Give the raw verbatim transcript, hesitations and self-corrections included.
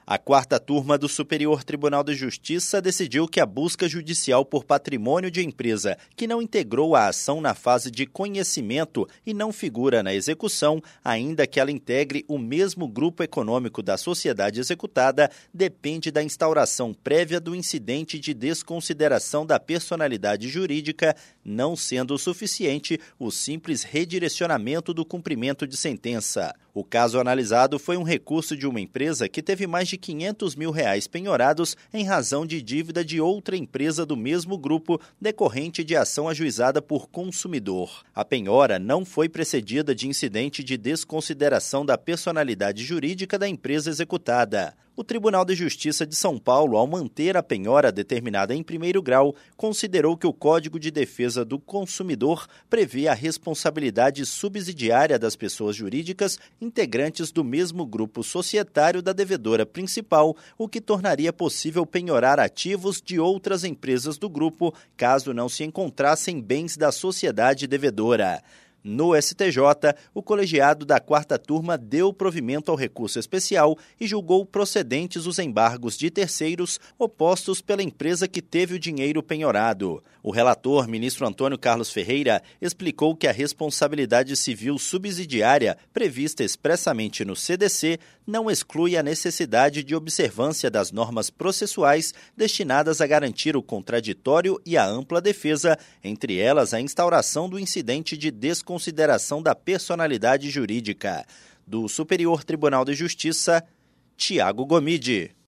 A quarta turma do Superior Tribunal de Justiça decidiu que a busca judicial por patrimônio de empresa que não integrou a ação na fase de conhecimento e não figura na execução, ainda que ela integre o mesmo grupo econômico da sociedade executada, depende da instauração prévia do incidente de desconsideração da personalidade jurídica, não sendo suficiente o simples redirecionamento do cumprimento de sentença. O caso analisado foi um recurso de uma empresa que teve mais de quinhentos mil reais penhorados em razão de dívida de outra empresa do mesmo grupo decorrente de ação ajuizada por consumidor. A penhora não foi precedida de incidente de desconsideração da personalidade jurídica da empresa executada. O Tribunal de Justiça de São Paulo, ao manter a penhora determinada em primeiro grau, considerou que o Código de Defesa do Consumidor prevê a responsabilidade subsidiária das pessoas jurídicas integrantes do mesmo grupo societário da devedora principal, o que tornaria possível penhorar ativos de outras empresas do grupo, caso não se encontrassem bens da sociedade devedora. No S T J, o colegiado da quarta turma deu provimento ao recurso especial e julgou procedentes os embargos de terceiros opostos pela empresa que teve o dinheiro penhorado. O relator, ministro Antônio Carlos Ferreira, explicou que a responsabilidade civil subsidiária, prevista expressamente no C D C, não exclui a necessidade de observância das normas processuais destinadas a garantir o contraditório e a ampla defesa, entre elas a instauração do incidente de desconsideração consideração da personalidade jurídica. Do Superior Tribunal de Justiça, Tiago Gomide.